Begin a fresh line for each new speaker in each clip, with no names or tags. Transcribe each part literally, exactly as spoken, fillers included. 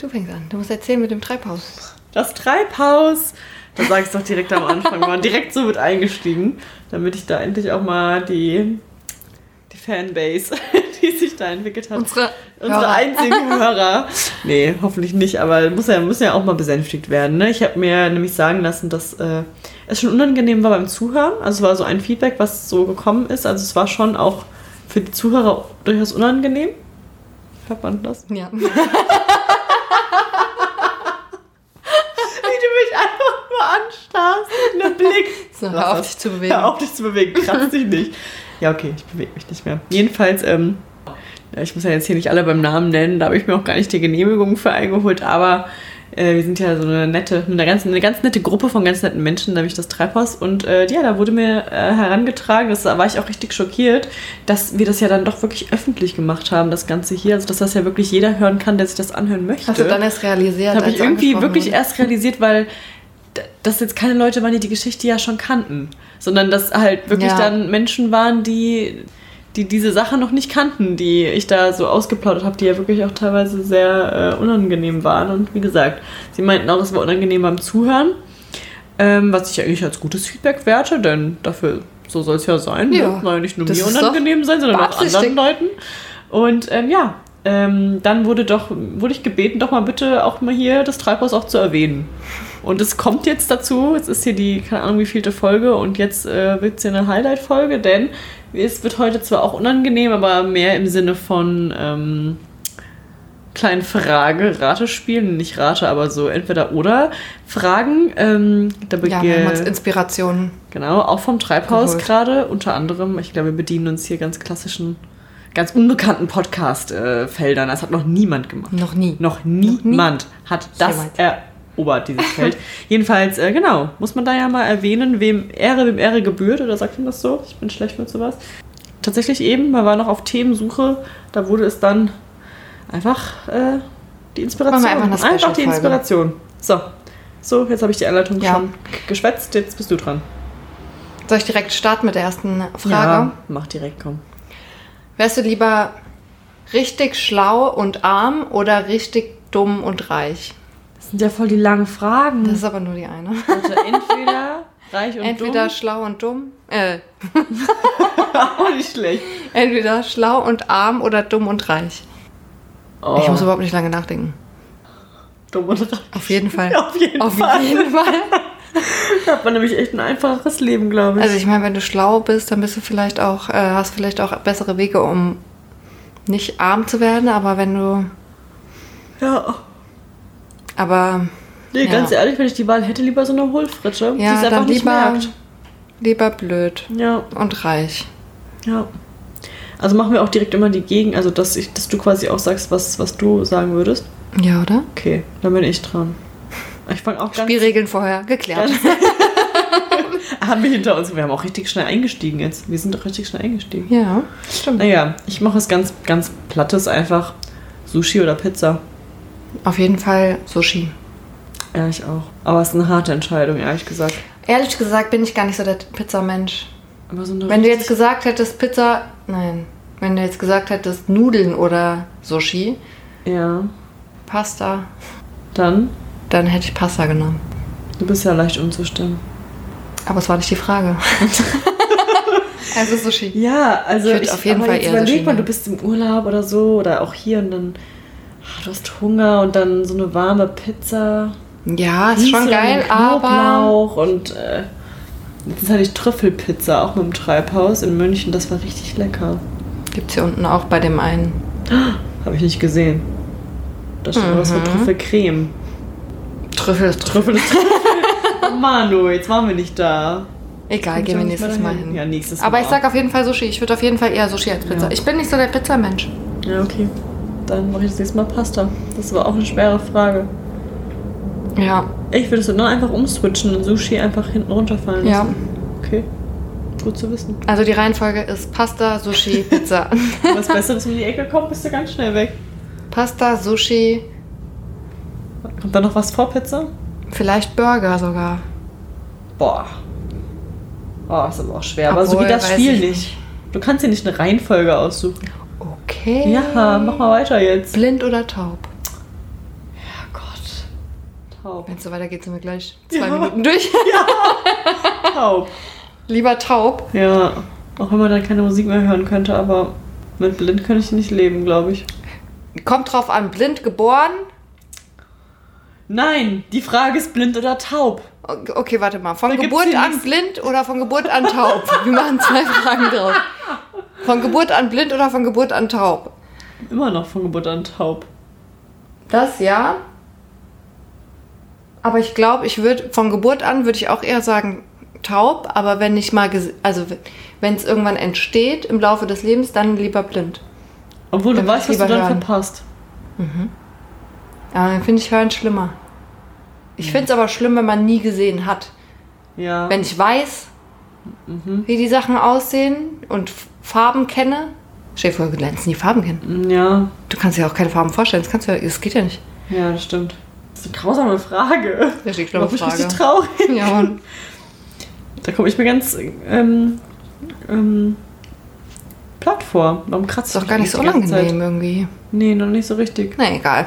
fängst an. Du musst erzählen mit dem Treibhaus.
Das Treibhaus. Da sag ich doch direkt am Anfang mal. Direkt so mit eingestiegen, damit ich da endlich auch mal die, die Fanbase, die sich da entwickelt hat.
Unsere,
Unsere einzigen Hörer. Nee, hoffentlich nicht, aber muss ja, muss ja auch mal besänftigt werden. Ne? Ich habe mir nämlich sagen lassen, dass äh, es schon unangenehm war beim Zuhören. Also es war so ein Feedback, was so gekommen ist. Also es war schon auch für die Zuhörer durchaus unangenehm. Hört man das?
Ja.
Anstarrst, mit einem Blick.
So, hör auf, dich zu bewegen.
Hör auf, dich zu bewegen. Kratz dich nicht. Ja, okay, ich bewege mich nicht mehr. Jedenfalls, ähm, ja, ich muss ja jetzt hier nicht alle beim Namen nennen, da habe ich mir auch gar nicht die Genehmigung für eingeholt, aber äh, wir sind ja so eine nette, eine ganz, eine ganz nette Gruppe von ganz netten Menschen, nämlich das Treibhaus. Und äh, ja, da wurde mir äh, herangetragen, das, da war ich auch richtig schockiert, dass wir das ja dann doch wirklich öffentlich gemacht haben, das Ganze hier. Also, dass das ja wirklich jeder hören kann, der sich das anhören möchte.
Hast du dann erst realisiert?
Das habe ich irgendwie wirklich
wurde?
erst realisiert, weil dass jetzt keine Leute waren, die die Geschichte ja schon kannten, sondern dass halt wirklich ja. dann Menschen waren, die, die diese Sache noch nicht kannten, die ich da so ausgeplaudert habe, die ja wirklich auch teilweise sehr äh, unangenehm waren. Und wie gesagt, sie meinten auch, es war unangenehm beim Zuhören, ähm, was ich eigentlich als gutes Feedback werte, denn dafür, so soll es ja sein, ja. Ne? Soll ja nicht nur mir unangenehm sein, sondern auch anderen Leuten. Und ähm, ja, ähm, dann wurde doch wurde ich gebeten, doch mal bitte auch mal hier das Treibhaus auch zu erwähnen. Und es kommt jetzt dazu, es ist hier die, keine Ahnung, wie vielte Folge und jetzt äh, wird es hier eine Highlight-Folge, denn es wird heute zwar auch unangenehm, aber mehr im Sinne von ähm, kleinen Frage, Ratespielen, nicht Rate, aber so entweder oder Fragen. Ähm, da
ja, wir haben uns Inspirationen.
Genau, auch vom Treibhaus gerade, unter anderem, ich glaube, wir bedienen uns hier ganz klassischen, ganz unbekannten Podcast-Feldern. Das hat noch niemand gemacht.
Noch nie.
Noch niemand noch nie? hat das erobert, dieses Feld. Jedenfalls, äh, genau, muss man da ja mal erwähnen, wem Ehre, wem Ehre gebührt, oder sagt man das so? Ich bin schlecht mit sowas. Tatsächlich eben, man war noch auf Themensuche, da wurde es dann einfach äh, die Inspiration.
Einfach,
einfach die Inspiration. So, so jetzt habe ich die Einleitung ja. schon geschwätzt, jetzt bist du dran.
Soll ich direkt starten mit der ersten Frage?
Ja, mach direkt, komm.
Wärst du lieber richtig schlau und arm oder richtig dumm und reich?
Das sind ja voll die langen Fragen.
Das ist aber nur die eine.
Also entweder reich und
entweder
dumm.
Entweder schlau und dumm. Äh.
Auch nicht schlecht.
Entweder schlau und arm oder dumm und reich. Oh. Ich muss überhaupt nicht lange nachdenken.
Dumm und reich.
Auf jeden Fall.
Auf jeden
Auf
Fall.
jeden Fall.
Da hat man nämlich echt ein einfacheres Leben, glaube ich.
Also ich meine, wenn du schlau bist, dann bist du vielleicht auch, äh, hast vielleicht auch bessere Wege, um nicht arm zu werden, aber wenn du...
Ja.
Aber...
Nee,
ja.
ganz ehrlich, wenn ich die Wahl hätte, lieber so eine Hohlfritsche, die
ja,
es einfach
dann
nicht
lieber,
merkt.
Lieber blöd.
Ja.
Und reich.
Ja. Also machen wir auch direkt immer die Gegen, also dass, ich, dass du quasi auch sagst, was, was du sagen würdest.
Ja, oder?
Okay, dann bin ich dran. Ich fange auch ganz...
Spielregeln vorher geklärt.
Haben wir hinter uns. Wir haben auch richtig schnell eingestiegen jetzt. Wir sind doch richtig schnell eingestiegen.
Ja, stimmt.
Naja, ich mache es ganz, ganz plattes einfach. Sushi oder Pizza?
Auf jeden Fall Sushi.
Ja, ich auch. Aber es ist eine harte Entscheidung, ehrlich gesagt.
Ehrlich gesagt bin ich gar nicht so der Pizza-Mensch.
Aber so eine
Wenn du jetzt gesagt hättest Pizza... Nein. Wenn du jetzt gesagt hättest Nudeln oder Sushi...
Ja.
Pasta...
Dann?
Dann hätte ich Pasta genommen.
Du bist ja leicht umzustimmen.
Aber es war nicht die Frage. Also Sushi.
Ja, also
ich, ich auf jeden Fall
jetzt
eher
überleg
Sushi
mal, du bist im Urlaub oder so oder auch hier und dann ach, du hast Hunger und dann so eine warme Pizza.
Ja, ist schon geil, aber
Knoblauch und äh, jetzt hatte ich Trüffelpizza auch mit dem Treibhaus in München. Das war richtig lecker.
Gibt's hier unten auch bei dem einen.
Habe ich nicht gesehen. Da steht
mhm.
was mit Trüffelcreme.
Trüffel ist Trüffel.
Trüffel ist Trüffel. Oh Manu, jetzt waren wir nicht da.
Egal, gehen wir nächstes Mal hin.
Ja, nächstes Mal.
Aber ich sag auf jeden Fall Sushi. Ich würde auf jeden Fall eher Sushi als Pizza.
Ja.
Ich bin nicht so der Pizzamensch.
Ja, okay. Dann mache ich das nächste Mal Pasta. Das war auch eine schwere Frage.
Ja.
Ich würde es dann einfach umswitchen und Sushi einfach hinten runterfallen lassen.
Ja.
Okay. Gut zu wissen.
Also die Reihenfolge ist Pasta, Sushi, Pizza.
Was Besseres um die Ecke kommt, bist du ganz schnell weg.
Pasta, Sushi.
Kommt da noch was vor Pizza?
Vielleicht Burger sogar.
Boah. Oh, ist aber auch schwer. Aber
Obwohl,
so geht das Spiel nicht.
nicht.
Du kannst dir nicht eine Reihenfolge aussuchen.
Okay.
Ja, mach mal weiter jetzt.
Blind oder taub?
Ja, taub.
Wenn es so weitergeht, sind wir gleich zwei
Ja.
Minuten durch.
Ja, taub.
Lieber taub.
Ja, auch wenn man dann keine Musik mehr hören könnte, aber mit blind könnte ich nicht leben, glaube ich.
Kommt drauf an, blind geboren.
Nein, die Frage ist blind oder taub.
Okay, warte mal. Von
Da gibt's
Geburt
hier
an
nichts.
blind oder von Geburt an taub? Wir machen zwei Fragen drauf. Von Geburt an blind oder von Geburt an taub?
Immer noch von Geburt an taub.
Das ja. Aber ich glaube, ich würde von Geburt an würde ich auch eher sagen taub, aber wenn ich mal, ges- also wenn es irgendwann entsteht im Laufe des Lebens, dann lieber blind.
Obwohl du
Dann würd
weißt,
ich
was du
lieber
dann
hören.
verpasst.
Aber dann finde ich Hören schlimmer. Ich finde es aber schlimm, wenn man nie gesehen hat.
Ja.
Wenn ich weiß,
Mhm.
wie die Sachen aussehen und F- Farben kenne. Stell dir vor, du lernst nie Farben kennen.
Ja,
Du kannst dir auch keine Farben vorstellen. Das kannst du ja, das geht ja nicht.
ja, das stimmt. Das ist eine grausame Frage.
Richtig
Macht mich
Frage.
richtig traurig.
Ja, Mann.
Da komme ich mir ganz ähm, ähm, platt vor. Warum kratzt
Ist doch gar nicht so unangenehm irgendwie.
Nee, noch nicht so richtig.
Na egal.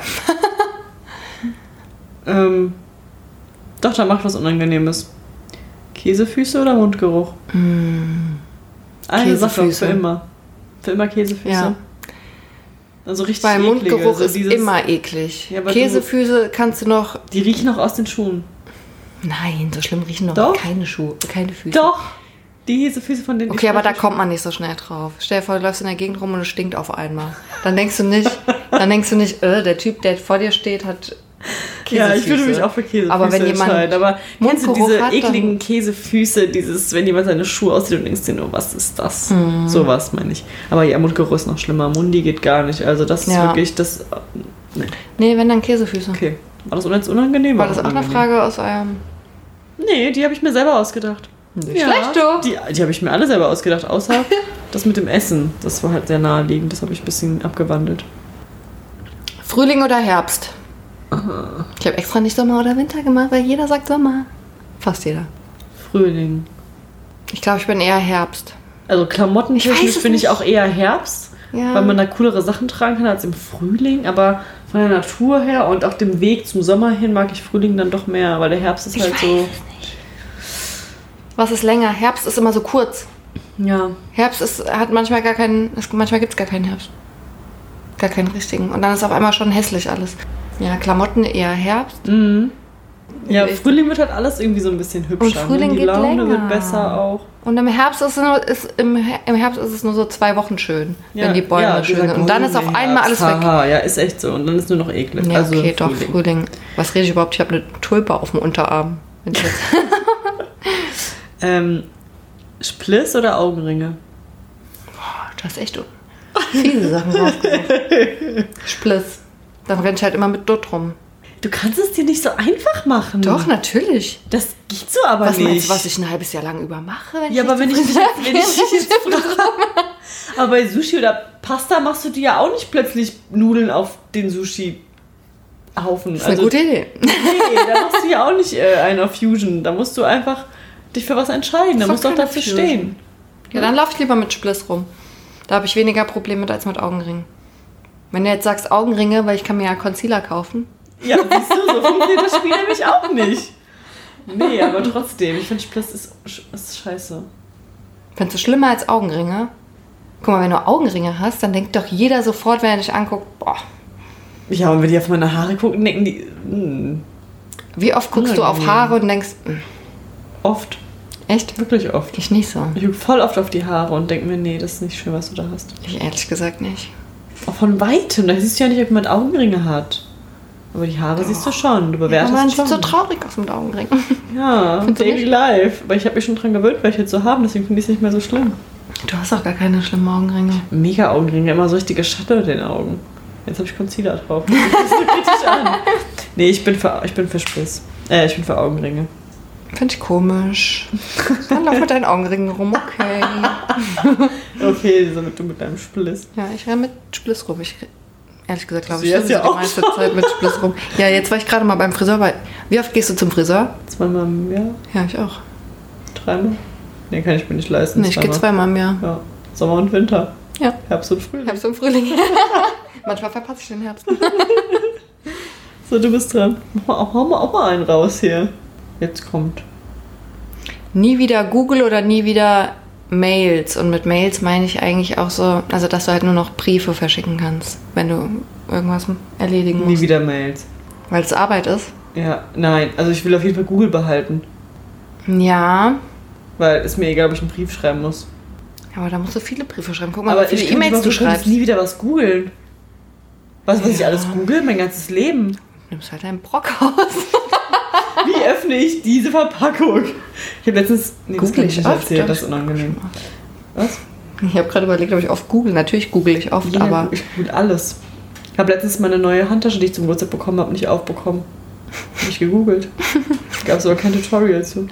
Ähm, doch, da macht was Unangenehmes. Käsefüße oder Mundgeruch? Eine Sache,
Käsefüße.
für immer. Für immer Käsefüße.
Ja.
Also richtig
Weil
eklige,
Mundgeruch
so
ist
dieses-
immer eklig.
Ja, aber du-
Käsefüße kannst du noch.
Die riechen auch aus den Schuhen.
Nein, so schlimm riechen doch,
Doch.
keine Schuhe, keine Füße.
Doch! Die Käsefüße von denen
Okay,
ich
aber da
spreche.
kommt man nicht so schnell drauf. Stell dir vor, du läufst in der Gegend rum und es stinkt auf einmal. Dann denkst du nicht, dann denkst du nicht, äh, der Typ, der vor dir steht, hat Käsefüße.
Ja, ich würde mich auch für Käsefüße
Aber wenn jemand
entscheiden. Aber kennst du
Mundgeruch
diese
hat, dann-
ekligen Käsefüße, dieses, wenn jemand seine Schuhe aussieht und denkst dir nur, was ist das?
Mhm.
Sowas meine ich. Aber ja, Mundgeruch ist noch schlimmer. Mundi geht gar nicht. Also das ist
Ja.
wirklich das. Nee.
Nee, wenn dann Käsefüße.
Okay. War das jetzt unangenehm?
War das auch eine
unangenehm?
Frage aus eurem...
Nee, die habe ich mir selber ausgedacht.
Nicht schlecht, du.
Die, die habe ich mir alle selber ausgedacht, außer das mit dem Essen. Das war halt sehr naheliegend. Das habe ich ein bisschen abgewandelt.
Frühling oder Herbst? Ich habe extra nicht Sommer oder Winter gemacht, weil jeder sagt Sommer. Fast jeder.
Frühling.
Ich glaube, ich bin eher Herbst.
Also
Ich weiß
klamottentechnisch
es
bin ich
nicht.
auch eher Herbst,
Ja.
weil man da coolere Sachen tragen kann als im Frühling. Aber von der Natur her und auch dem Weg zum Sommer hin mag ich Frühling dann doch mehr, weil der Herbst ist
Ich
halt
weiß
so.
Was ist länger? Herbst ist immer so kurz.
Ja.
Herbst ist, hat manchmal gar keinen, es, manchmal gibt es gar keinen Herbst. Gar keinen richtigen. Und dann ist auf einmal schon hässlich alles. Ja, Klamotten eher Herbst.
Mhm. Ja,
Ich-
Frühling wird halt alles irgendwie so ein bisschen hübscher.
Und Frühling
ne? Die
geht
Laune
länger.
wird besser auch.
Und im Herbst ist, es nur, ist, im, Her- im Herbst ist es nur so zwei Wochen schön,
Ja,
wenn die Bäume
ja,
schön
dieser
sind. Und dann ist auf
grüne
einmal alles
Herbst.
weg.
Haha, ja, ist echt so. Und dann ist nur noch eklig.
Ja,
also
okay, doch,
Frühling.
Frühling. Was rede ich überhaupt? Ich habe eine Tulpe auf dem Unterarm. Wenn ich jetzt
Ähm, Spliss oder Augenringe?
Du hast echt viele Sachen rausgesucht. Spliss. Dann renn ich halt immer mit Dutt rum.
Du kannst es dir nicht so einfach machen.
Doch, natürlich.
Das geht so aber
Was
nicht.
meinst du, was ich ein halbes Jahr lang über mache? Wenn
Ja,
ich
aber wenn
nicht
ich,
zum
dich
Friseur
jetzt, wenn ich
gehe?
dich jetzt frage, aber bei Sushi oder Pasta machst du dir ja auch nicht plötzlich Nudeln auf den Sushi-Haufen.
Das ist eine gute Idee.
Nee, da machst du ja auch nicht äh, einen auf Fusion. Da musst du einfach dich für was entscheiden. Da
Ist
musst du
doch
auch
keine
dafür
Fusion.
stehen.
Ja, dann laufe ich lieber mit Spliss rum. Da habe ich weniger Probleme mit als mit Augenringen. Wenn du jetzt sagst Augenringe, weil ich kann mir ja Concealer kaufen.
Ja, siehst du, so funktioniert das Spiel nämlich auch nicht. Nee, aber trotzdem, ich finde Spliss ist, ist scheiße.
Findest du schlimmer als Augenringe? Guck mal, wenn du Augenringe hast, dann denkt doch jeder sofort, wenn er dich anguckt, boah,
Ja, und wenn die auf meine Haare gucken, denken die, hm,
wie oft guckst du auf
Unangenehm.
Haare und denkst, hm,
oft,
echt?
wirklich oft.
Ich nicht so.
Ich gucke voll oft auf die Haare und denke mir, nee, das ist nicht schön, was du da hast.
Ich ehrlich gesagt nicht.
Auch von Weitem, da siehst du ja nicht, ob jemand Augenringe hat. Aber die Haare siehst du schon, du
Aber
bewertest
man
schon.
sieht so traurig aus mit Augenringen.
Ja,
Findest du
Daily
nicht?
Life. Aber ich habe mich schon dran gewöhnt, welche zu haben, deswegen finde ich es nicht mehr so schlimm.
Du hast auch gar keine schlimmen Augenringe.
Mega Augenringe, immer so richtige Schatten in den Augen. Jetzt habe ich Concealer drauf. Das fühlt sich so kritisch an. Nee, ich bin für, ich bin für Spliss. Äh, ich bin für Augenringe.
Finde ich komisch. Dann lauf mit deinen Augenringen rum, okay.
Okay, so mit, du mit deinem Spliss.
Ja, ich renne mit Spliss rum. Ich, ehrlich gesagt, glaube
Sie
ich,
hat's
renne
ja
die
auch
meiste
schon.
Zeit mit Spliss rum. Ja, jetzt war ich gerade mal beim Friseur. Weil, wie oft gehst du zum Friseur?
Zweimal im Jahr?
Ja, ich auch.
Dreimal? Nee, kann ich mir nicht leisten.
Nee, ich gehe zweimal im Jahr.
Ja. Sommer und Winter.
Ja.
Herbst und Frühling.
Herbst und Frühling. Manchmal verpasse ich den Herbst.
So, du bist dran. Mach mal, hau mal auch mal einen raus hier. Jetzt kommt.
Nie wieder Google oder nie wieder Mails. Und mit Mails meine ich eigentlich auch so, also dass du halt nur noch Briefe verschicken kannst, wenn du irgendwas erledigen musst.
Nie wieder Mails.
Weil es Arbeit ist?
Ja, nein. Also ich will auf jeden Fall Google behalten.
Ja.
Weil es mir egal, ob ich einen Brief schreiben muss.
Aber da musst du viele Briefe schreiben. Guck mal,
aber
wie viele E-Mails du schreibst.
Nie wieder was googeln. Was, was ja. ich alles google? Mein ganzes Leben.
Du nimmst halt einen Brockhaus.
Wie öffne ich diese Verpackung? Ich habe letztens... Nee, das kann ich nicht erzählen, das ist unangenehm. Was?
Ich habe gerade überlegt, ob ich oft google. Natürlich google ich oft,
ja,
aber...
Ich google alles. Ich habe letztens meine neue Handtasche, die ich zum Geburtstag bekommen habe, nicht aufbekommen. Habe ich gegoogelt. Gab es aber kein Tutorial zu.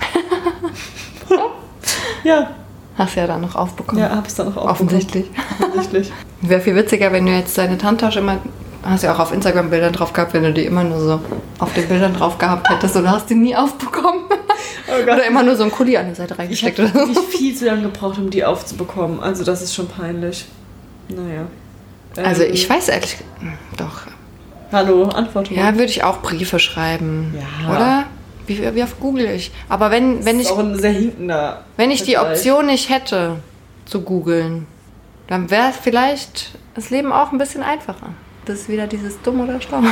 Ja.
Hast du ja dann noch aufbekommen.
Ja, hab's dann noch aufbekommen.
Offensichtlich.
Offensichtlich.
Wäre viel witziger, wenn du jetzt deine Handtasche immer... Hast ja auch auf Instagram Bildern drauf gehabt, wenn du die immer nur so auf den Bildern drauf gehabt hättest und du hast die nie aufbekommen. Oh Gott. Oder immer nur so ein Kuli an die Seite reingesteckt.
Ich habe wirklich viel zu lange gebraucht, um die aufzubekommen. Also das ist schon peinlich. Naja. Ähm,
also ich weiß ehrlich... Doch.
Hallo, Antwort mal.
Ja, würde ich auch Briefe schreiben.
Ja.
Oder? Wie, wie oft google ich? Aber wenn, wenn
das ist
ich...
auch ein sehr hinkender
Wenn ich die Option nicht hätte, zu googeln, dann wäre vielleicht das Leben auch ein bisschen einfacher. Das ist wieder dieses dumm oder schlau.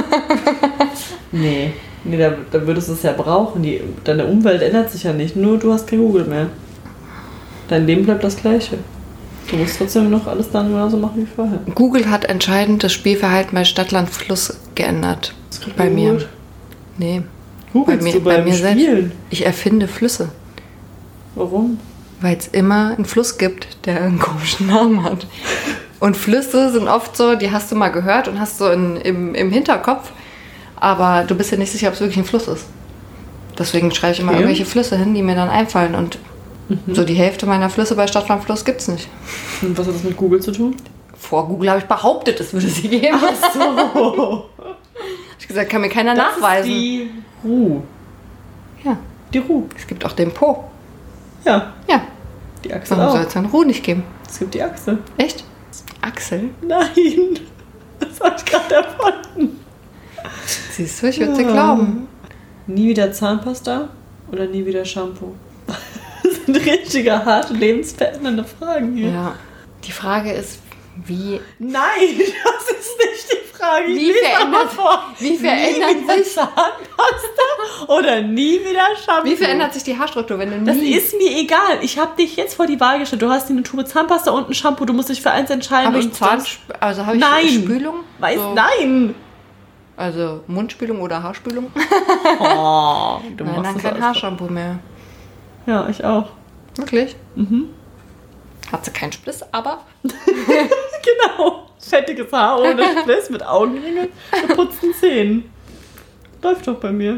Nee, nee da, da würdest du es ja brauchen. Die, deine Umwelt ändert sich ja nicht. Nur du hast kein Google mehr. Dein Leben bleibt das gleiche. Du musst trotzdem noch alles dann genauso machen wie vorher.
Google hat entscheidend das Spielverhalten bei Stadt, Land, Fluss geändert. Bei mir. Nee.
Googlest
bei mir,
du beim
bei mir
Spielen?
selbst. Ich erfinde Flüsse.
Warum?
Weil es immer einen Fluss gibt, der einen komischen Namen hat. Und Flüsse sind oft so, die hast du mal gehört und hast so in, im, im Hinterkopf, aber du bist ja nicht sicher, ob es wirklich ein Fluss ist. Deswegen schreibe ich immer
Okay.
irgendwelche Flüsse hin, die mir dann einfallen. Und
Mhm.
so die Hälfte meiner Flüsse bei Stadtland Fluss gibt es nicht.
Und was hat das mit Google zu tun?
Vor Google habe ich behauptet, es würde sie geben.
Ach so.
Ich gesagt, kann mir keiner
Das
nachweisen.
ist die Ruh.
Ja,
Die Ruh.
es gibt auch den Po.
Ja,
Ja,
die Achsel
warum
auch.
soll es dann Ruhe nicht geben?
Es gibt die Achsel.
Echt? Axel?
Nein, das habe ich gerade erfunden.
Siehst du, ich würde sie glauben.
Nie wieder Zahnpasta oder nie wieder Shampoo? Das sind richtige, harte, lebensverändernde Fragen hier.
Ja, die Frage ist, wie...
Nein, das ist nicht die Frage. Ich
Wie
lese
verändert-
aber vor.
wie verändert
nie wieder
sich-
Zahnpasta oder nie wieder Shampoo?
Wie verändert sich die Haarstruktur, wenn du nie...
Das ist mir egal. Ich habe dich jetzt vor die Wahl gestellt. Du hast hier eine Tube Zahnpasta und ein Shampoo. Du musst dich für eins entscheiden.
Habe ich
und
Zahn...
das-
Also habe ich
Nein.
Spülung?
Weiß,
So,
nein.
Also Mundspülung oder Haarspülung?
Oh, du
Nein,
machst
dann
das
kein
alles.
Haarshampoo mehr.
Ja, ich auch.
Wirklich?
Mhm.
Hat sie keinen Spliss, aber...
Genau. Fettiges Haar ohne Spliss mit Augenringen, geputzten Zähnen. Läuft doch bei mir.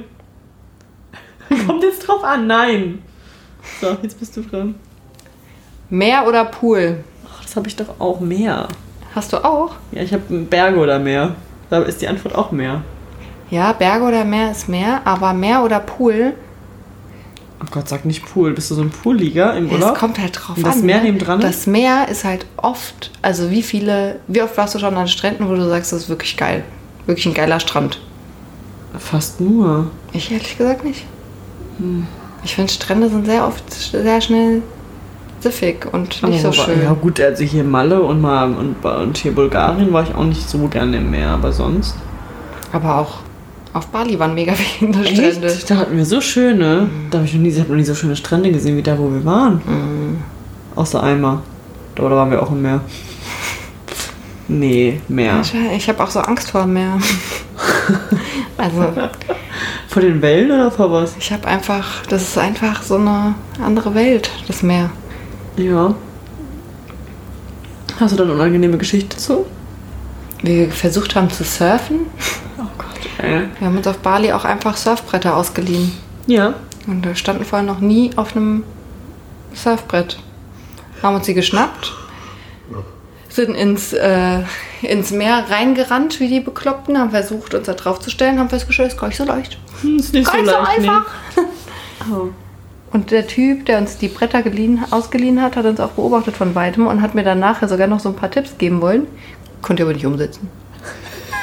Kommt jetzt drauf an, nein. So, jetzt bist du dran.
Meer oder Pool?
Ach, das habe ich doch auch mehr.
Hast du auch?
Ja, ich habe Berge oder Meer. Da ist die Antwort auch Meer.
Ja, Berge oder Meer ist Meer, aber Meer oder Pool...
Oh Gott, sag nicht Pool. Bist du so ein Poolliga im
Ja,
Urlaub?
es kommt halt drauf
Und
an.
das Meer
ne?
nebendran ist?
Das Meer ist halt oft, also wie viele, wie oft warst du schon an Stränden, wo du sagst, das ist wirklich geil. Wirklich ein geiler Strand.
Fast nur.
Ich ehrlich gesagt nicht.
Hm.
Ich finde, Strände sind sehr oft sehr schnell siffig und nicht
Aber
so
war-
schön.
Ja gut, also hier Malle und, mal, und, und hier Bulgarien war ich auch nicht so gerne im Meer, aber sonst...
Aber auch auf Bali waren mega viele Strände.
Echt? Da hatten wir so schöne. Da habe ich noch nie, ich hab noch nie so schöne Strände gesehen wie da, wo wir waren.
Mhm.
Außer einmal. Da, da waren wir auch im Meer. Nee, Meer.
Ich, ich habe auch so Angst vor dem Meer. Also
Vor den Wellen oder vor was?
ich habe einfach, das ist einfach so eine andere Welt, das Meer.
Ja. Hast du da eine unangenehme Geschichte zu?
Wie wir versucht haben zu surfen.
Oh Gott, ey.
Wir haben uns auf Bali auch einfach Surfbretter ausgeliehen.
Ja.
Und wir standen vorher noch nie auf einem Surfbrett. Haben uns sie geschnappt, sind ins, äh, ins Meer reingerannt wie die Bekloppten, haben versucht, uns da drauf zu stellen, haben festgestellt, ist gar nicht so leicht.
Hm, ist nicht
Gar
so
nicht so
leicht.
einfach.
Nee. Oh.
Und der Typ, der uns die Bretter geliehen, ausgeliehen hat, hat uns auch beobachtet von Weitem und hat mir dann nachher sogar noch so ein paar Tipps geben wollen. Konnte ich aber nicht umsetzen.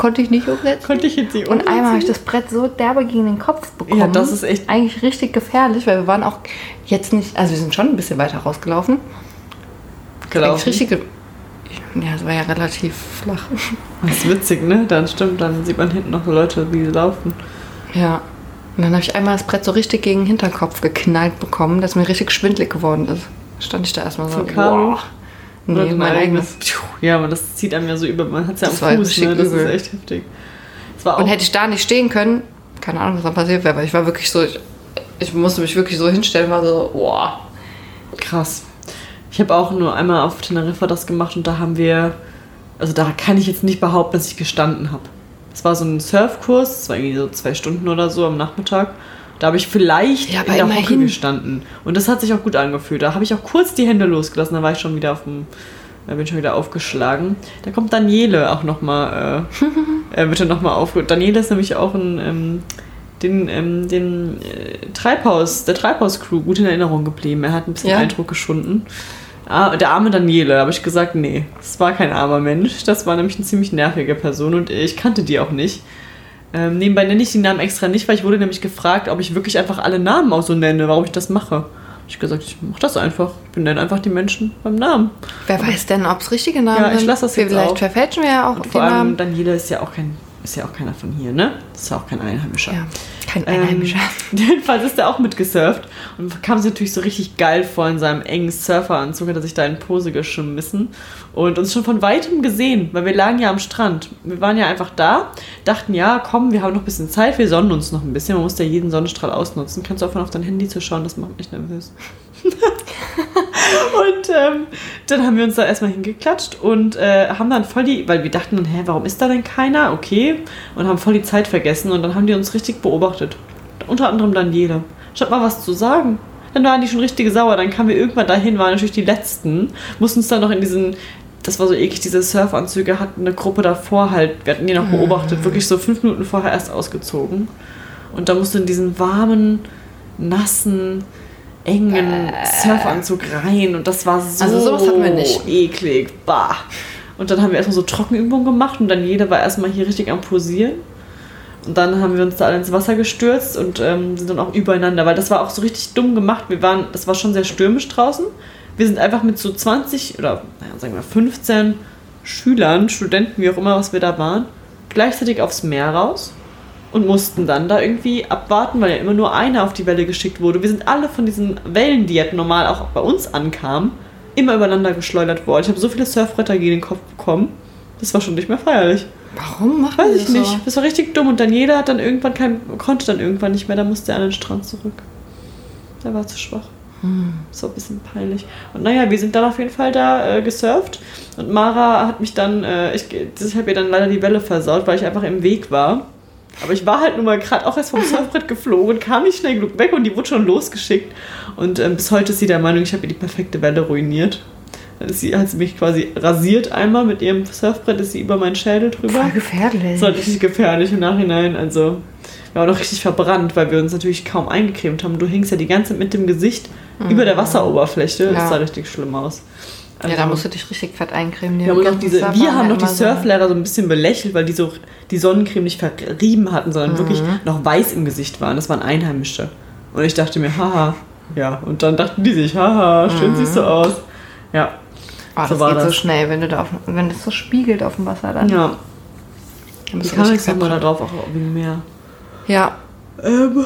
konnte ich nicht umsetzen.
Konnte ich jetzt nicht
umsetzen. Und einmal habe ich das Brett so derbe gegen den Kopf bekommen.
Ja, das ist echt...
Eigentlich richtig gefährlich, weil wir waren auch jetzt nicht... Also wir sind schon ein bisschen weiter rausgelaufen.
Gelaufen?
Richtig... Ge- ja, es war ja relativ flach.
Das ist witzig, ne? Dann stimmt, dann sieht man hinten noch so Leute, die laufen.
Ja. Und dann habe ich einmal das Brett so richtig gegen den Hinterkopf geknallt bekommen, dass mir richtig schwindelig geworden ist. Stand ich da erstmal so...
Wow.
Nee, mein eigenes.
Ja, aber das zieht einem ja so über. Man hat es ja
das
am Fuß, ne? Das
übel.
ist echt heftig. Das war auch
und hätte ich da nicht stehen können, keine Ahnung, was dann passiert wäre, weil ich war wirklich so, ich, ich musste mich wirklich so hinstellen, war so, boah.
Krass. Ich habe auch nur einmal auf Teneriffa das gemacht und da haben wir, also da kann ich jetzt nicht behaupten, dass ich gestanden habe. Es war so ein Surfkurs, das war irgendwie so zwei Stunden oder so am Nachmittag. Da habe ich vielleicht
ja,
in der Hocke gestanden. Und das hat sich auch gut angefühlt. Da habe ich auch kurz die Hände losgelassen, da war ich schon wieder auf dem, da bin ich schon wieder aufgeschlagen. Da kommt Daniele auch nochmal, äh, bitte nochmal auf. Daniele ist nämlich auch ein, ähm, den, ähm, den äh, Treibhaus, der Treibhaus-Crew gut in Erinnerung geblieben. Er hat ein bisschen ja. Eindruck geschunden. Ah, der arme Daniele, habe ich gesagt, nee, das war kein armer Mensch. Das war nämlich eine ziemlich nervige Person und ich kannte die auch nicht. Ähm, nebenbei nenne ich die Namen extra nicht, weil ich wurde nämlich gefragt, ob ich wirklich einfach alle Namen auch so nenne, warum ich das mache. Ich habe gesagt, ich mache das einfach. Ich benenne einfach die Menschen beim Namen.
Wer Aber weiß denn, ob es richtige Namen sind?
Ja, ich lasse das jetzt
Vielleicht
auch.
verfälschen wir ja auch
und
die
vor allem
Namen.
Daniele ist ja auch kein, ist ja auch keiner von hier, ne? Ist ja auch kein Einheimischer.
Ja, kein Einheimischer.
Ähm, jedenfalls ist er auch mitgesurft und kam sich natürlich so richtig geil vor in seinem engen Surferanzug, hat er sich da in Pose geschmissen und uns schon von Weitem gesehen, weil wir lagen ja am Strand. Wir waren ja einfach da, dachten, ja, komm, wir haben noch ein bisschen Zeit, wir sonnen uns noch ein bisschen. Man muss ja jeden Sonnenstrahl ausnutzen. Kannst du aufhören, auf dein Handy zu schauen, das macht mich nervös. Und ähm, dann haben wir uns da erstmal hingeklatscht und äh, haben dann voll die, weil wir dachten dann, hä, warum ist da denn keiner? Okay. Und haben voll die Zeit vergessen und dann haben die uns richtig beobachtet. Unter anderem Daniele. Statt mal was zu sagen. Dann waren die schon richtig sauer. Dann kamen wir irgendwann dahin, waren natürlich die Letzten. Mussten uns dann noch in diesen, das war so eklig, diese Surfanzüge, hatten eine Gruppe davor halt, wir hatten die noch beobachtet, wirklich so fünf Minuten vorher erst ausgezogen. Und da musste in diesen warmen, nassen, engen äh. Surfanzug rein und das war so
also sowas hatten wir nicht.
eklig. Bah. Und dann haben wir erstmal so Trockenübungen gemacht und dann jeder war erstmal hier richtig am Posieren. Und dann haben wir uns da alle ins Wasser gestürzt und ähm, sind dann auch übereinander, weil das war auch so richtig dumm gemacht. Wir waren, das war schon sehr stürmisch draußen. Wir sind einfach mit so zwanzig oder naja, sagen wir fünfzehn Schülern, Studenten, wie auch immer, was wir da waren, gleichzeitig aufs Meer raus. Und mussten dann da irgendwie abwarten, weil ja immer nur einer auf die Welle geschickt wurde. Wir sind alle von diesen Wellen, die ja normal auch bei uns ankamen, immer übereinander geschleudert worden. Ich habe so viele Surfbretter gegen den Kopf bekommen. Das war schon nicht mehr feierlich.
Warum machen
Weiß
die
ich
das
nicht.
So?
Das war richtig dumm. Und Daniela hat dann irgendwann kein, konnte dann irgendwann nicht mehr. Da musste er an den Strand zurück. Der war zu schwach. Hm. So ein bisschen peinlich. Und naja, wir sind dann auf jeden Fall da äh, gesurft. Und Mara hat mich dann, äh, ich, ich habe ihr dann leider die Welle versaut, weil ich einfach im Weg war. Aber ich war halt nun mal gerade auch erst vom Surfbrett geflogen und kam nicht schnell genug weg und die wurde schon losgeschickt. Und ähm, bis heute ist sie der Meinung, ich habe ihr die perfekte Welle ruiniert. Dann ist sie, hat sie mich quasi rasiert einmal mit ihrem Surfbrett, ist sie über meinen Schädel drüber.
Voll gefährlich.
Das war richtig gefährlich im Nachhinein. Also wir waren auch richtig verbrannt, weil wir uns natürlich kaum eingecremt haben. Du hingst ja die ganze Zeit mit dem Gesicht mhm. über der Wasseroberfläche. Ja. Das sah richtig schlimm aus. Also, ja,
da musst du dich richtig fett eincremen.
Wir haben, noch diese, wir haben noch die Surflehrer so ein bisschen belächelt, weil die so die Sonnencreme nicht verrieben hatten, sondern mhm. wirklich noch weiß im Gesicht waren. Das waren Einheimische. Und ich dachte mir, haha, ja. Und dann dachten die sich, haha, schön mhm. siehst du aus. Ja.
Oh, so das geht das. so schnell, wenn du da auf, wenn das so spiegelt auf dem Wasser dann.
Ja. Dann bist du richtig fett. Mal da drauf, auch wegen Meer.
Ja.
Ähm.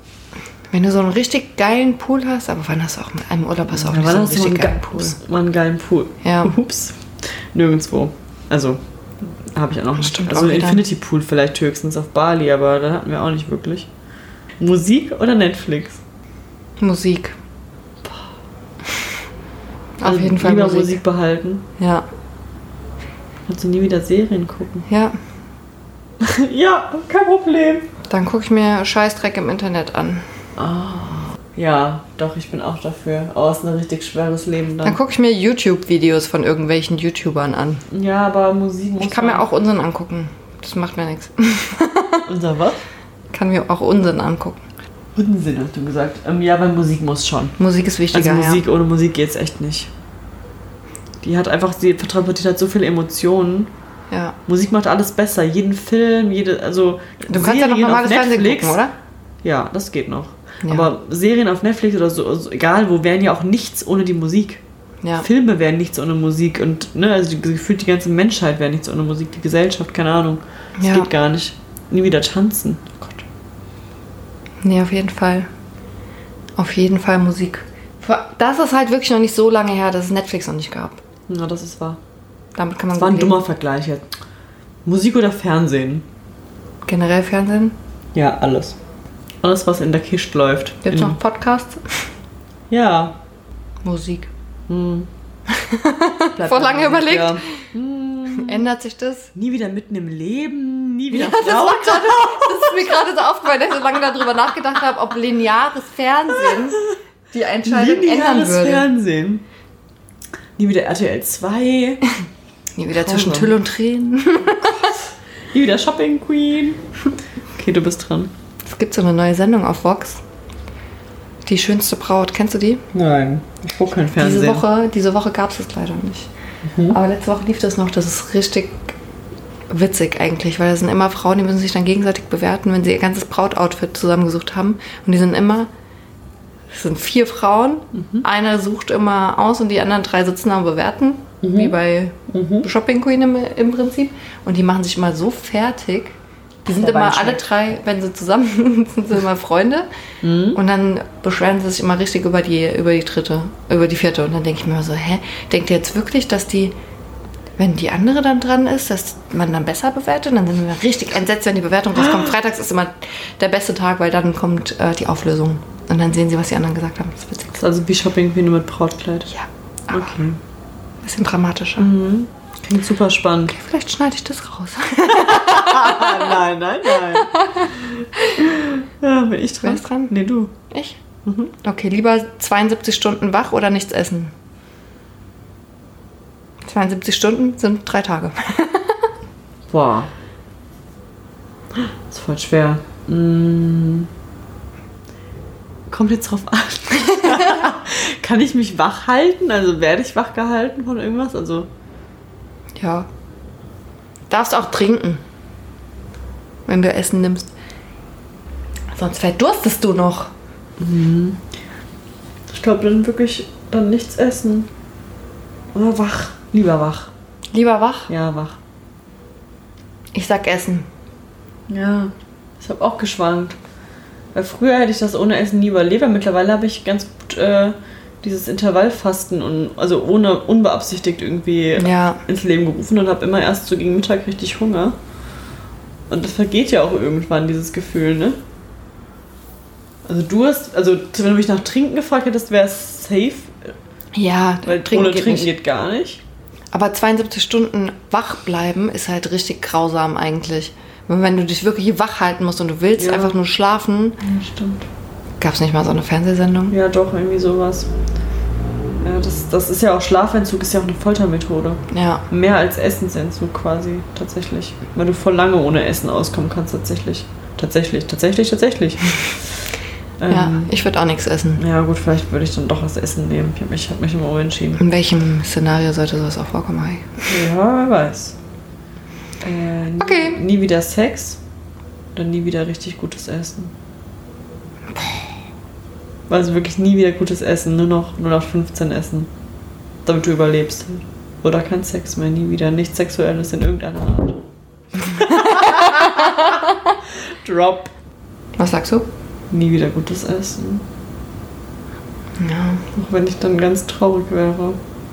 Wenn du so einen richtig geilen Pool hast, aber wann hast du auch mit einem Urlaub hast du auch ja, nicht so einen richtig einen geilen Pool?
Mal einen geilen Pool.
Ja.
Ups. Nirgendwo. Also, habe ich auch noch nicht.
Stimmt
also
ein
Infinity Pool vielleicht höchstens auf Bali, aber da hatten wir auch nicht wirklich. Musik oder Netflix?
Musik.
Boah. Auf also jeden Fall lieber Musik. Musik behalten.
Ja.
Kannst du nie wieder Serien gucken?
Ja.
Ja, kein Problem.
Dann gucke ich mir Scheißdreck im Internet an.
Oh. Ja, doch, ich bin auch dafür. Oh, ist ein richtig schweres Leben dann.
Dann gucke ich mir YouTube-Videos von irgendwelchen YouTubern an.
Ja, aber Musik muss
Ich kann mir auch Unsinn angucken. Das macht mir nichts.
Unser was?
Kann mir auch Unsinn angucken.
Unsinn, hast du gesagt. Ähm, ja, aber Musik muss schon.
Musik ist wichtiger,
also Musik,
ja.
Ohne Musik geht's echt nicht. Die hat einfach, sie transportiert halt so viele Emotionen.
Ja.
Musik macht alles besser. Jeden Film, jede, also
Du kannst ja noch normales Fernsehen gucken, oder?
Ja, das geht noch.
Ja.
Aber Serien auf Netflix oder so, also egal wo, wären ja auch nichts ohne die Musik.
Ja.
Filme wären nichts ohne Musik und ne, also die, gefühlt die ganze Menschheit wäre nichts ohne Musik, die Gesellschaft, keine Ahnung. Das
Ja.
geht gar nicht. Nie wieder tanzen. Oh Gott.
Nee, auf jeden Fall. Auf jeden Fall Musik. Das ist halt wirklich noch nicht so lange her, dass es Netflix noch nicht gab.
Na, das ist wahr.
Damit kann man
Das war ein
gut leben.
dummer Vergleich jetzt. Musik oder Fernsehen?
Generell Fernsehen.
Ja, alles. Alles, was in der Kiste läuft.
Gibt es
In-
noch Podcasts?
Ja.
Musik.
Hm. Bleibt
Vor lange
bei Musik,
überlegt.
ja. Hm.
Ändert sich das?
Nie wieder mitten im Leben, nie wieder
Ja, das, war grade, das ist mir gerade so aufgefallen, dass ich so lange darüber nachgedacht habe, ob lineares Fernsehen die Entscheidung ändern
Lineares
würde.
Fernsehen. Nie wieder R T L zwei.
Nie wieder zwischen Tüll und Tränen.
Nie wieder Shopping Queen. Okay, du bist dran.
Es gibt so eine neue Sendung auf Vox. Die schönste Braut. Kennst du die?
Nein, ich gucke kein Fernsehen.
Diese Woche, diese Woche gab es es leider nicht.
Mhm.
Aber letzte Woche lief das noch. Das ist richtig witzig eigentlich, weil das sind immer Frauen, die müssen sich dann gegenseitig bewerten, wenn sie ihr ganzes Brautoutfit zusammengesucht haben. Und die sind immer, es sind vier Frauen.
Mhm.
Eine sucht immer aus und die anderen drei sitzen da und bewerten.
Mhm.
Wie bei
Mhm.
Shopping Queen im, im Prinzip. Und die machen sich immer so fertig. Die sind
Der
immer
Wein
alle
schmeckt.
drei, wenn sie zusammen sind, sind sie immer Freunde.
Mhm.
Und dann beschweren sie sich immer richtig über die, über die dritte, über die vierte. Und dann denke ich mir immer so, hä, denkt ihr jetzt wirklich, dass die, wenn die andere dann dran ist, dass man dann besser bewertet? Dann sind wir richtig entsetzt, wenn die Bewertung rauskommt. Freitags ist immer der beste Tag, weil dann kommt äh, die Auflösung. Und dann sehen sie, was die anderen gesagt haben. Das ist witzig.
Das ist also wie Shopping Queen nur mit Brautkleid.
Ja, aber
Okay.
ein bisschen dramatischer.
Mhm. Klingt super spannend.
Vielleicht schneide ich das raus.
nein, nein, nein. Ja, bin ich dran?
Wer ist dran?
Nee, du.
Ich?
Mhm.
Okay, lieber zweiundsiebzig Stunden wach oder nichts essen? zweiundsiebzig Stunden sind drei Tage.
Boah. Das ist voll schwer. Mm. Kommt jetzt drauf an. Kann ich mich wach halten? Also werde ich wach gehalten von irgendwas? Also
Ja. Darfst auch trinken, wenn du Essen nimmst. Sonst verdurstest du noch.
ich glaube dann wirklich dann nichts essen. Oder wach. Lieber wach.
Lieber wach?
Ja, wach.
Ich sag Essen.
Ja. Ich habe auch geschwankt. Weil früher hätte ich das ohne Essen nie überlebt. Aber mittlerweile habe ich ganz gut äh, dieses Intervallfasten und also ohne unbeabsichtigt irgendwie
Ja.
ins Leben gerufen und habe immer erst so gegen Mittag richtig Hunger. Und das vergeht ja auch irgendwann, dieses Gefühl, ne? Also du hast, also wenn du mich nach Trinken gefragt hättest, wäre es safe,
Ja,
weil
trinken
ohne
geht
Trinken
nicht.
geht gar nicht.
Aber zweiundsiebzig Stunden wach bleiben ist halt richtig grausam eigentlich. Wenn wenn du dich wirklich wach halten musst und du willst
Ja.
einfach nur schlafen.
Ja, stimmt.
Gab es nicht mal so eine Fernsehsendung?
Ja, doch, irgendwie sowas. Ja, das, das ist ja auch Schlafentzug, ist ja auch eine Foltermethode.
Ja.
Mehr als Essensentzug quasi, tatsächlich. Weil du voll lange ohne Essen auskommen kannst, tatsächlich. Tatsächlich, tatsächlich, tatsächlich.
Ja,
ähm,
ich würde auch nichts essen.
ja gut, vielleicht würde ich dann doch was essen nehmen. Ich habe mich, hab mich immer umentschieden.
In welchem Szenario sollte sowas auch vorkommen? Hey?
Ja, wer weiß. Äh, nie,
Okay.
Nie wieder Sex oder nie wieder richtig gutes Essen. Also wirklich nie wieder gutes Essen, nur noch null acht fünfzehn essen, damit du überlebst. Oder kein Sex mehr, nie wieder, nichts Sexuelles in irgendeiner Art. Drop.
Was sagst du?
Nie wieder gutes Essen.
Ja.
Auch wenn ich dann ganz traurig wäre.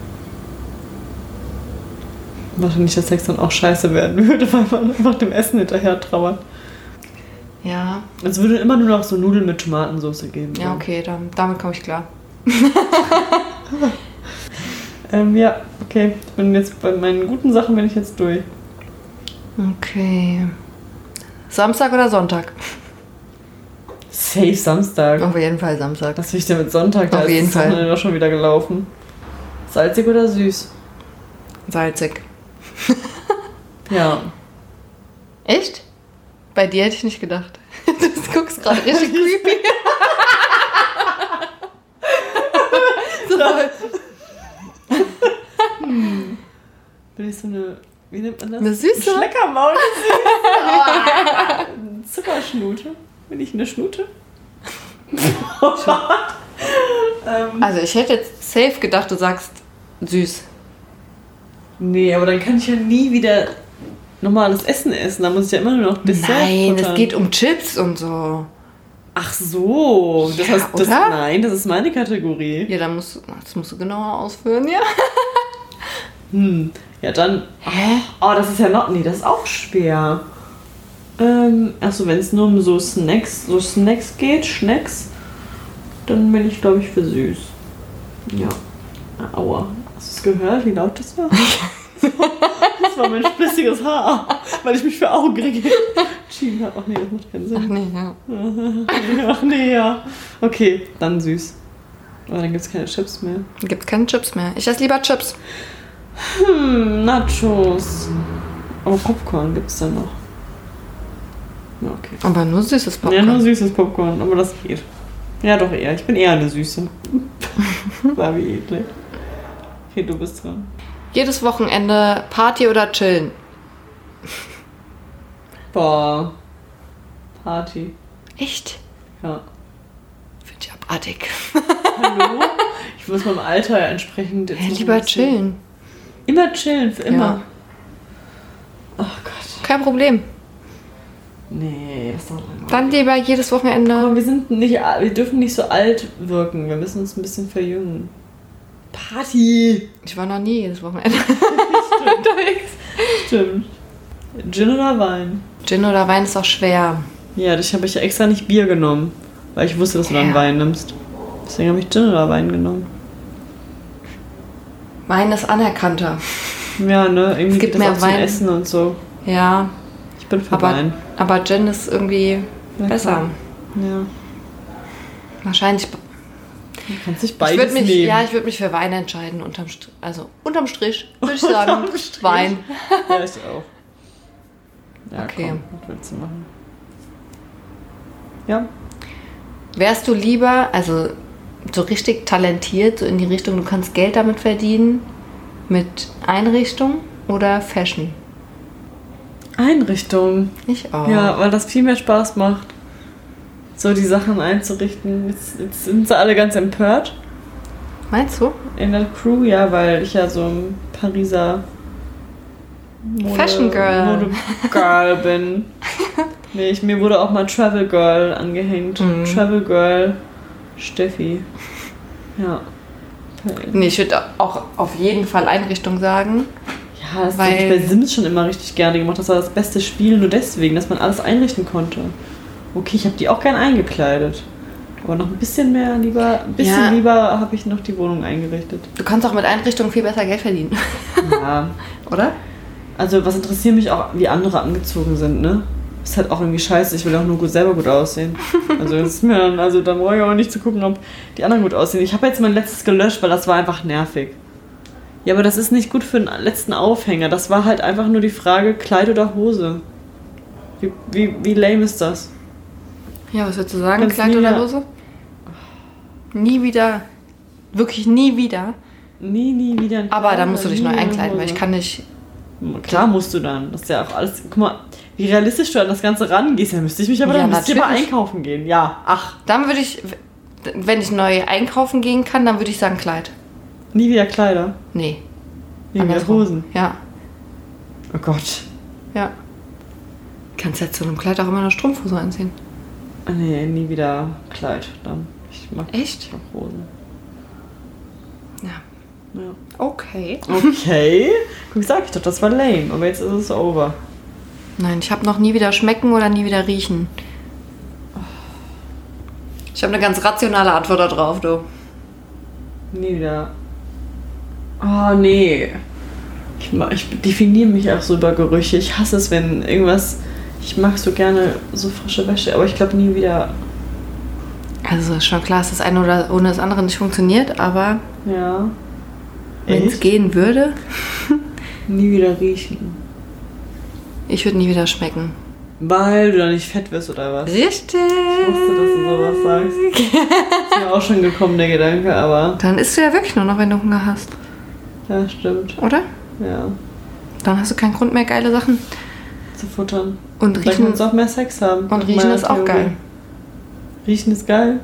Wahrscheinlich, dass Sex dann auch scheiße werden würde, weil man einfach dem Essen hinterher trauert.
Ja.
Es würde immer nur noch so Nudeln mit Tomatensauce geben.
Ja, okay, dann, damit komme ich klar.
Ähm, ja, okay. Ich bin jetzt bei meinen guten Sachen bin ich jetzt durch.
Okay. Samstag oder Sonntag?
Safe Samstag.
Auf jeden Fall Samstag.
Was will ich denn mit Sonntag? Da
Auf
ist
jeden
das
Fall.
Wochenende doch schon wieder gelaufen. Salzig oder süß?
Salzig.
Ja.
Echt? Bei dir hätte ich nicht gedacht. Du guckst gerade richtig creepy. So.
Bin ich so eine wie nennt man das?
Eine Süße?
Ein Schleckermaul, eine Süße. Oh, Zuckerschnute. Bin ich eine Schnute? Oh Gott. ähm,
Also ich hätte jetzt safe gedacht, du sagst süß.
Nee, aber dann kann ich ja nie wieder normales Essen essen. Da muss ich ja immer nur noch Dessert
Nein,
futtern.
es geht um Chips und so.
Ach so. Das
Ja,
heißt, das,
oder?
nein, das ist meine Kategorie.
Ja, dann musst du, das musst du genauer ausführen, ja.
Hm. Ja, dann...
Hä?
Oh, das ist ja noch... Nee, das ist auch schwer. Ähm, also wenn es nur um so Snacks, so Snacks geht, Schnacks, dann bin ich, glaube ich, für süß. Ja. Aua. Hast du es gehört, wie laut das war? Das war mein splissiges Haar, weil ich mich für Augen kriege. Schieben hat. Ach nee, das macht keinen
Ach
Sinn.
nee, ja.
Ach nee, ja. Okay, dann süß. Aber dann gibt es keine Chips mehr.
Gibt's keine Chips mehr. Ich esse lieber Chips.
Hm, Nachos. Aber Popcorn gibt es dann noch. Ja, okay.
Aber nur süßes Popcorn.
Ja, nur süßes Popcorn, aber das geht. Ja, doch eher. Ich bin eher eine Süße. War wie eklig. Okay, du bist dran.
Jedes Wochenende Party oder chillen?
Boah. Party.
Echt?
Ja.
Finde ich abartig.
Hallo? Ich muss meinem Alter ja entsprechend... jetzt
Ja,
noch
lieber
ein bisschen-
chillen.
Immer chillen, für immer.
Ja.
Oh Gott.
Kein Problem.
Nee, das ist doch langweilig.
Dann lieber jedes Wochenende.
Aber wir sind nicht, wir dürfen nicht so alt wirken. Wir müssen uns ein bisschen verjüngen. Party!
Ich war noch nie jedes Wochenende unterwegs.
Stimmt. Gin oder Wein?
Gin oder Wein ist auch schwer.
Ja, das habe ich ja extra nicht Bier genommen. Weil ich wusste, dass du dann
Ja.
Wein nimmst. Deswegen habe ich Gin oder Wein genommen.
Wein ist anerkannter.
Ja, ne? Irgendwie
Es gibt
geht das
mehr
auch zum
Wein.
Essen und so.
Ja,
Ich bin für
aber,
Wein.
aber Gin ist irgendwie
Ja,
besser.
klar. Ja.
Wahrscheinlich.
Du kannst dich
Ich
beides
würde mich,
nehmen.
ja, ich würde mich für Wein entscheiden. Unterm Strich, also unterm Strich würde ich sagen
Unterm Strich.
Wein.
Ja, ich auch. Ja,
Okay.
komm, was willst du machen? Ja.
Wärst du lieber, also so richtig talentiert, so in die Richtung, du kannst Geld damit verdienen, mit Einrichtung oder Fashion?
Einrichtung.
Ich auch.
Ja, weil das viel mehr Spaß macht, so die Sachen einzurichten. Jetzt, jetzt sind sie alle ganz empört
Meinst du?
in der Crew, ja, weil ich ja so ein Pariser Mode,
Fashion Girl.
Mode Girl bin. Nee, ich, mir wurde auch mal Travel Girl angehängt.
Mhm.
Travel Girl Steffi. Ja.
Nee, ich würde auch auf jeden Fall Einrichtung sagen.
Ja, das
Weil-
habe ich bei Sims schon immer richtig gerne gemacht. Das war das beste Spiel, nur deswegen, dass man alles einrichten konnte. Okay, ich habe die auch gern eingekleidet. Aber noch ein bisschen mehr lieber, ein bisschen
Ja.
lieber habe ich noch die Wohnung eingerichtet.
Du kannst auch mit Einrichtung viel besser Geld verdienen.
Ja.
Oder?
Also was interessiert mich auch, wie andere angezogen sind, ne? Ist halt auch irgendwie scheiße, ich will auch nur gut, selber gut aussehen. Also das ist mir dann, also dann brauche ich auch nicht zu gucken, ob die anderen gut aussehen. Ich habe jetzt mein letztes gelöscht, weil das war einfach nervig. Ja, aber das ist nicht gut für den letzten Aufhänger. Das war halt einfach nur die Frage, Kleid oder Hose. Wie, wie, wie lame ist das?
Ja, was würdest du sagen?
Kannst
Kleid
nie
oder
wieder-
Hose? Nie wieder. Wirklich nie wieder.
Nie, nie wieder ein
Aber
Kleid
da musst du
oder
dich
nie
neu
eine
einkleiden, weil
Hose.
ich kann nicht.
Klar musst du dann. Das ist ja auch alles. Guck mal, wie realistisch du an das Ganze rangehst. Dann müsste ich mich aber
Ja,
dann müsste ich aber
natürlich.
einkaufen gehen. Ja, ach,
Dann würde ich, wenn ich neu einkaufen gehen kann, dann würde ich sagen Kleid.
nie wieder Kleider.
Nee.
Nie wieder
andersrum.
Hosen.
Ja.
Oh Gott.
Ja. Kannst ja zu einem Kleid auch immer eine Strumpfhose anziehen.
Ah, nee, nie wieder Kleid dann. Ich mag
Echt?
noch Hosen.
Ja.
Ja.
Okay.
Okay. Guck, sag ich doch, das war lame. Aber jetzt ist es over.
Nein, ich habe noch nie wieder schmecken oder nie wieder riechen. Ich habe eine ganz rationale Antwort darauf, du.
Nie wieder. Oh, nee. Ich, ma- ich definiere mich auch so über Gerüche. Ich hasse es, wenn irgendwas... Ich mag so gerne so frische Wäsche, aber ich glaube nie wieder...
Also ist schon klar, dass das eine oder ohne das andere nicht funktioniert, aber
Ja.
wenn es
Echt?
gehen würde,
Nie wieder riechen.
ich würde nie wieder schmecken.
Weil du da nicht fett wirst, oder was?
Richtig.
Ich wusste, dass du sowas sagst. Ist mir auch schon gekommen, der Gedanke, aber...
Dann isst du ja wirklich nur noch, wenn du Hunger hast,
Ja, stimmt.
oder?
Ja.
Dann hast du keinen Grund mehr, geile Sachen
zu futtern.
Und
Dann
riechen,
kannst du auch mehr Sex haben.
und riechen ist auch geil.
Riechen ist geil.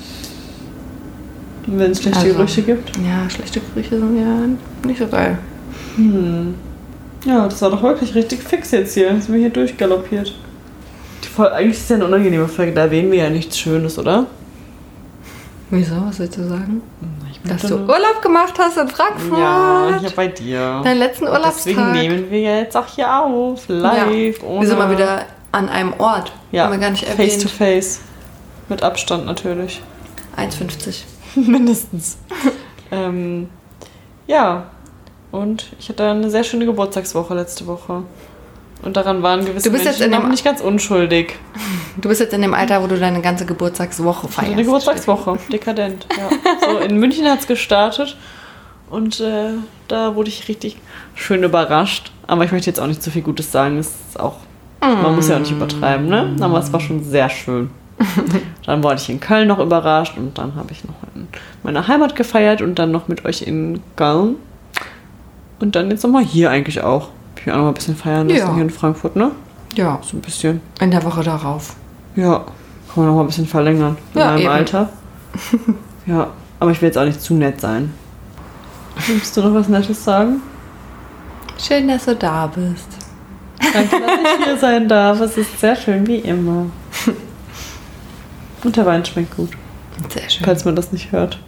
Und wenn es schlechte
Also,
Gerüche gibt.
Ja, schlechte Gerüche sind ja nicht so geil.
Hm. Ja, das war doch wirklich richtig fix jetzt hier. Jetzt sind wir hier durchgaloppiert. Die Folge, eigentlich ist es ja eine unangenehme Folge, da erwähnen wir ja nichts Schönes, oder?
Wieso? Was willst du sagen?
Ich
Dass du Urlaub gemacht hast in Frankfurt.
Ja, hier bei dir.
Deinen letzten Urlaubstag.
Deswegen nehmen wir jetzt auch hier auf, live.
Ja.
Ohne
Wir sind mal wieder an einem Ort.
Ja,
Haben wir gar nicht erwähnt.
face to face. Mit Abstand natürlich.
eins fünfzig.
Mindestens. ähm, ja, und ich hatte eine sehr schöne Geburtstagswoche letzte Woche. Und daran waren gewisse
Du bist
Menschen
jetzt in dem
noch nicht ganz unschuldig.
Du bist jetzt in dem Alter, wo du deine ganze Geburtstagswoche
Ich hatte
feierst.
eine Geburtstagswoche, dekadent. Ja. So, in München hat es gestartet und äh, da wurde ich richtig schön überrascht. Aber ich möchte jetzt auch nicht zu viel Gutes sagen. Es ist auch, man muss ja auch nicht übertreiben, ne? Aber es war schon sehr schön. Dann wurde ich in Köln noch überrascht und dann habe ich noch in meiner Heimat gefeiert und dann noch mit euch in Köln. Und dann jetzt nochmal hier eigentlich auch. Ich will auch noch mal ein bisschen feiern lassen, ja. Hier in Frankfurt, ne?
Ja.
So ein bisschen.
In der Woche darauf.
Ja. Kann man noch mal ein bisschen verlängern. In
ja,
meinem
eben.
Alter. Ja. Aber ich will jetzt auch nicht zu nett sein. Willst du noch was Nettes sagen?
Schön, dass du da bist.
Danke, dass ich hier sein darf. Es ist sehr schön, wie immer. Und der Wein schmeckt gut.
Sehr schön.
Falls man das nicht hört.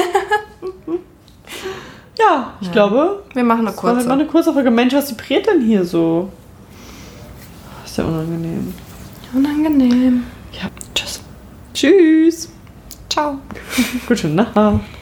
Ja, ich ja. glaube...
Wir machen eine kurze.
Das war eine kurze Folge. Mensch, was vibriert denn hier so? Ist ja unangenehm.
Unangenehm.
Ja, tschüss. Tschüss.
Ciao.
Gute Nacht.